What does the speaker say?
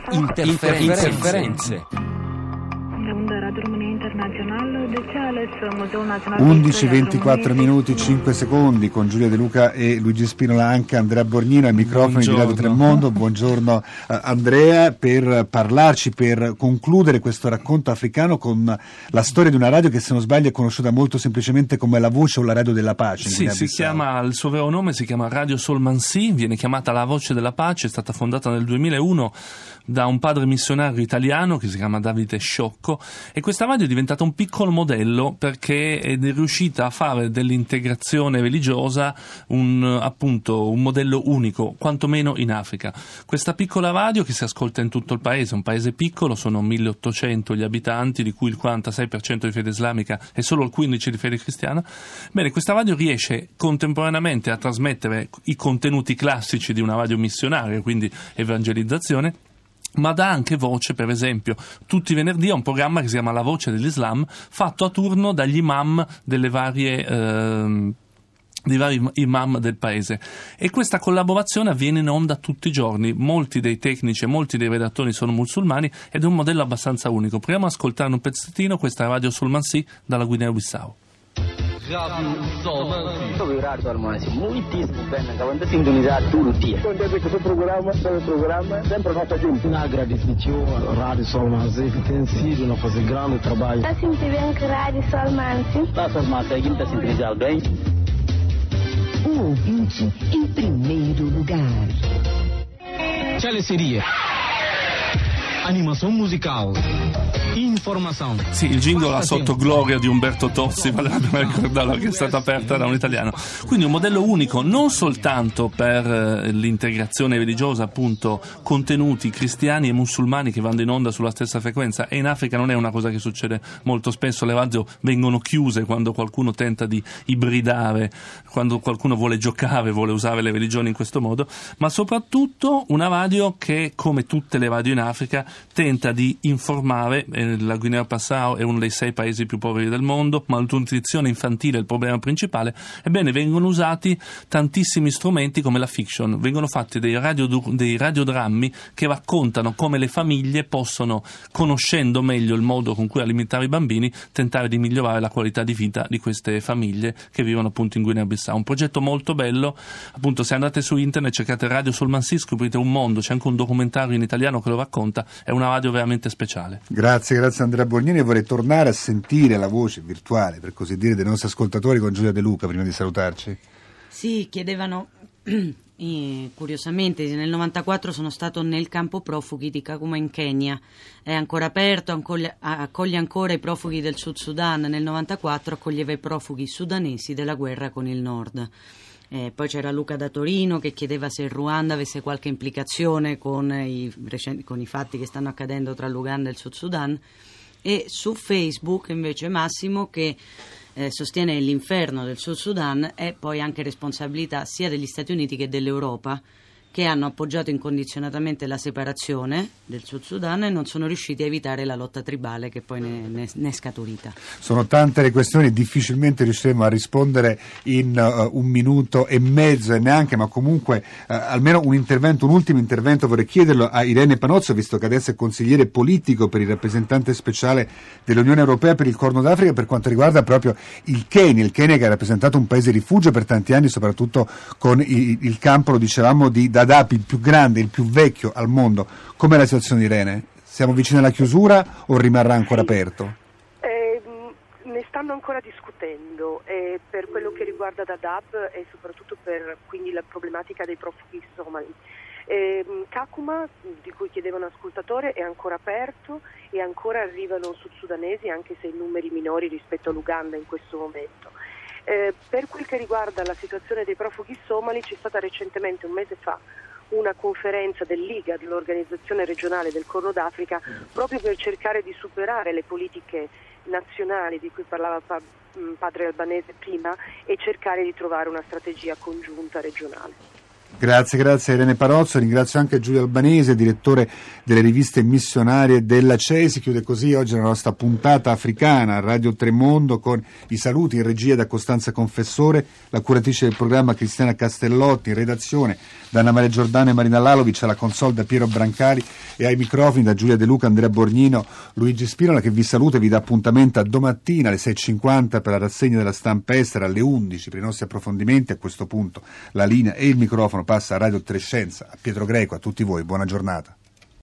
Interferenze. 11:24 minuti 5 secondi con Giulia De Luca e Luigi Spinola, anche Andrea Borgnino ai microfoni di Radio Tremondo. Buongiorno Andrea, per parlarci, per concludere questo racconto africano con la storia di una radio che, se non sbaglio, è conosciuta molto semplicemente come La Voce o la Radio della Pace. Sì, si chiama, il suo vero nome si chiama Radio Solmansi, viene chiamata La Voce della Pace, è stata fondata nel 2001 da un padre missionario italiano che si chiama Davide Sciocco, e questa radio è diventata un piccolo modello perché è riuscita a fare dell'integrazione religiosa un modello unico, quantomeno in Africa. Questa piccola radio, che si ascolta in tutto il paese, un paese piccolo, sono 1800 gli abitanti, di cui il 46% di fede islamica e solo il 15% di fede cristiana. Bene, questa radio riesce contemporaneamente a trasmettere i contenuti classici di una radio missionaria, quindi evangelizzazione, ma dà anche voce, per esempio, tutti i venerdì a un programma che si chiama La Voce dell'Islam, fatto a turno dagli imam dei vari imam del paese, e questa collaborazione avviene in onda tutti i giorni. Molti dei tecnici e molti dei redattori sono musulmani ed è un modello abbastanza unico. Proviamo ad ascoltare un pezzettino. Questa è Radio Solmansi dalla Guinea-Bissau. Radio Solmansi, muitíssimo bene, quando sintonizzato tutto il dia. Quando è questo programma, sempre nostra gente. Un agradecimento Radio Solmansi, que tem sido não fazer grande trabalho. Está sempre bem que Radio Solmansi. Está Solmansi, aqui está sintonizado bem. Um ouvinte em primeiro lugar. Celesteria. Animação musical. Informazione. Sì, il jingle ha sotto Gloria di Umberto Tozzi, vale la pena ricordarlo, che è stata aperta da un italiano. Quindi un modello unico non soltanto per l'integrazione religiosa, appunto, contenuti cristiani e musulmani che vanno in onda sulla stessa frequenza, e in Africa non è una cosa che succede molto spesso. Le radio vengono chiuse quando qualcuno tenta di ibridare, quando qualcuno vuole giocare, vuole usare le religioni in questo modo, ma soprattutto una radio che, come tutte le radio in Africa, tenta di informare. La Guinea-Bissau è uno dei 6 paesi più poveri del mondo, malnutrizione infantile è il problema principale. Ebbene, vengono usati tantissimi strumenti come la fiction, vengono fatti dei radiodrammi che raccontano come le famiglie possono, conoscendo meglio il modo con cui alimentare i bambini, tentare di migliorare la qualità di vita di queste famiglie che vivono appunto in Guinea-Bissau. Un progetto molto bello, appunto, se andate su internet cercate Radio Solmansi, scoprite un mondo, c'è anche un documentario in italiano che lo racconta, è una radio veramente speciale. Grazie Andrea Borgnini. Vorrei tornare a sentire la voce virtuale, per così dire, dei nostri ascoltatori con Giulia De Luca prima di salutarci. Sì, chiedevano curiosamente, nel 94 sono stato nel campo profughi di Kakuma in Kenya, è ancora aperto, accoglie ancora i profughi del Sud Sudan. Nel 94 accoglieva i profughi sudanesi della guerra con il Nord. Poi c'era Luca da Torino che chiedeva se il Ruanda avesse qualche implicazione con i fatti che stanno accadendo tra l'Uganda e il Sud Sudan, e su Facebook invece Massimo che sostiene l'inferno del Sud Sudan è poi anche responsabilità sia degli Stati Uniti che dell'Europa, che hanno appoggiato incondizionatamente la separazione del Sud Sudan e non sono riusciti a evitare la lotta tribale che poi ne è scaturita. Sono tante le questioni, difficilmente riusciremo a rispondere in 1 minuto e mezzo e neanche, ma comunque almeno un ultimo intervento vorrei chiederlo a Irene Panozzo, visto che adesso è consigliere politico per il rappresentante speciale dell'Unione Europea per il Corno d'Africa per quanto riguarda proprio il Kenya che ha rappresentato un paese rifugio per tanti anni, soprattutto con il campo, lo dicevamo, di Dadaab, il più grande, il più vecchio al mondo. Com'è la situazione, Irene? Siamo vicini alla chiusura o rimarrà ancora aperto? Ne stanno ancora discutendo per quello che riguarda Dadaab e soprattutto per quindi la problematica dei profughi somali. Kakuma, di cui chiedevano ascoltatore, è ancora aperto e ancora arrivano sudsudanesi, anche se in numeri minori rispetto all'Uganda in questo momento. Per quel che riguarda la situazione dei profughi somali, c'è stata recentemente, un mese fa, una conferenza dell'IGAD, l'organizzazione regionale del Corno d'Africa, proprio per cercare di superare le politiche nazionali di cui parlava padre Albanese prima e cercare di trovare una strategia congiunta regionale. Grazie Irene Panozzo, ringrazio anche Giulio Albanese, direttore delle riviste missionarie della CEI. Si chiude così oggi la nostra puntata africana a Radio Tremondo con i saluti in regia da Costanza Confessore, la curatrice del programma Cristiana Castellotti, in redazione da Anna Maria Giordano e Marina Lalovic, alla console da Piero Brancali e ai microfoni da Giulia De Luca, Andrea Borgnino, Luigi Spinola, che vi saluta e vi dà appuntamento a domattina alle 6.50 per la rassegna della stampa estera, alle 11 per i nostri approfondimenti. A questo punto la linea e il microfono passa a Radio Trescenza, a Pietro Greco, a tutti voi, buona giornata.